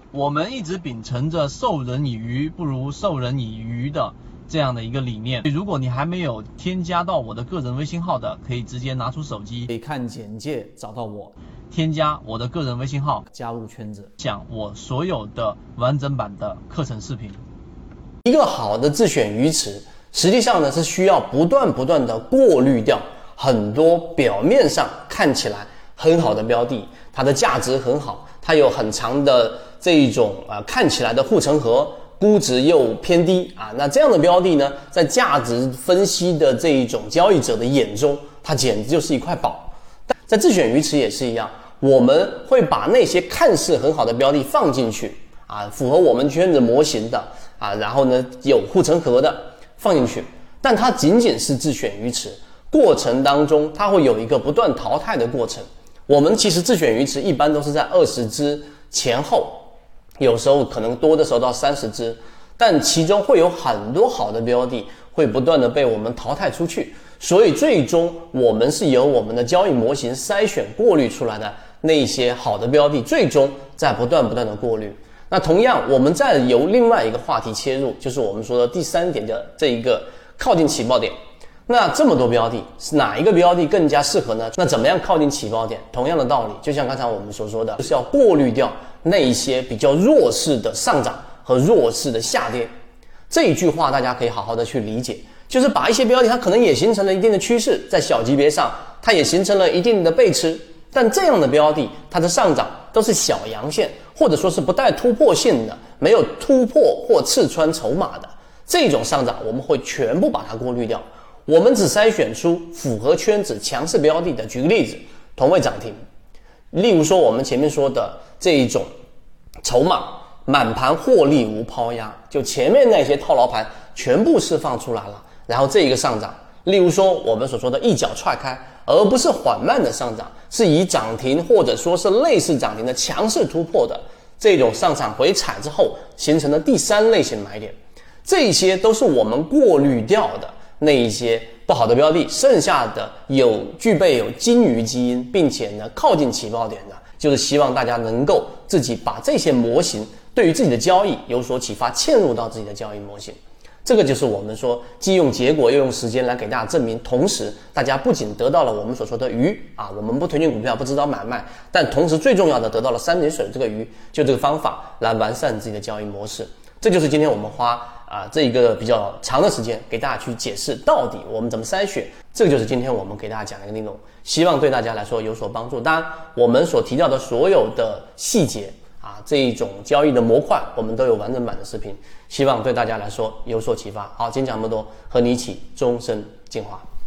我们一直秉承着授人以鱼不如授人以渔的这样的一个理念。如果你还没有添加到我的个人微信号的，可以直接拿出手机， 可以看简介找到我， 添加我的个人微信号， 加入圈子， 讲我所有的完整版的课程视频。 一个好的自选鱼池，实际上呢是需要不断的过滤掉很多表面上看起来很好的标的，它的价值很好，它有很长的这一种看起来的护城河，估值又偏低啊，那这样的标的呢，在价值分析的这一种交易者的眼中，它简直就是一块宝。在自选鱼池也是一样，我们会把那些看似很好的标的放进去啊，符合我们圈子模型的啊，然后呢有护城河的放进去，但它仅仅是自选鱼池，过程当中它会有一个不断淘汰的过程。我们其实自选鱼池一般都是在20只前后，有时候可能多的时候到30只，但其中会有很多好的标的会不断的被我们淘汰出去，所以最终我们是由我们的交易模型筛选过滤出来的那些好的标的，最终在不断的过滤。那同样我们再由另外一个话题切入，就是我们说的第3点的这一个靠近起爆点。那这么多标的，是哪一个标的更加适合呢？那怎么样靠近起爆点？同样的道理，就像刚才我们所说的，就是要过滤掉那一些比较弱势的上涨和弱势的下跌。这一句话大家可以好好的去理解，就是把一些标的它可能也形成了一定的趋势，在小级别上它也形成了一定的背驰，但这样的标的它的上涨都是小阳线，或者说是不带突破性的，没有突破或刺穿筹码的这种上涨，我们会全部把它过滤掉。我们只筛选出符合圈子强势标的的。举个例子，同位涨停，例如说我们前面说的这一种筹码满盘获利无抛压，就前面那些套牢盘全部释放出来了，然后这一个上涨，例如说我们所说的一脚踹开，而不是缓慢的上涨，是以涨停或者说是类似涨停的强势突破的这种上场回踩之后形成的第3类型买点，这些都是我们过滤掉的那一些不好的标的，剩下的具备有金鱼基因，并且呢靠近起爆点的，就是希望大家能够自己把这些模型对于自己的交易有所启发，嵌入到自己的交易模型。这个就是我们说既用结果又用时间来给大家证明，同时大家不仅得到了我们所说的鱼啊，我们不推荐股票，不指导买卖，但同时最重要的得到了3点水的这个鱼，就这个方法来完善自己的交易模式。这就是今天我们花这一个比较长的时间给大家去解释到底我们怎么筛选，这个就是今天我们给大家讲的一个内容，希望对大家来说有所帮助。当然我们所提到的所有的细节这一种交易的模块我们都有完整版的视频，希望对大家来说有所启发。好，今天讲这么多，和你一起终身进化。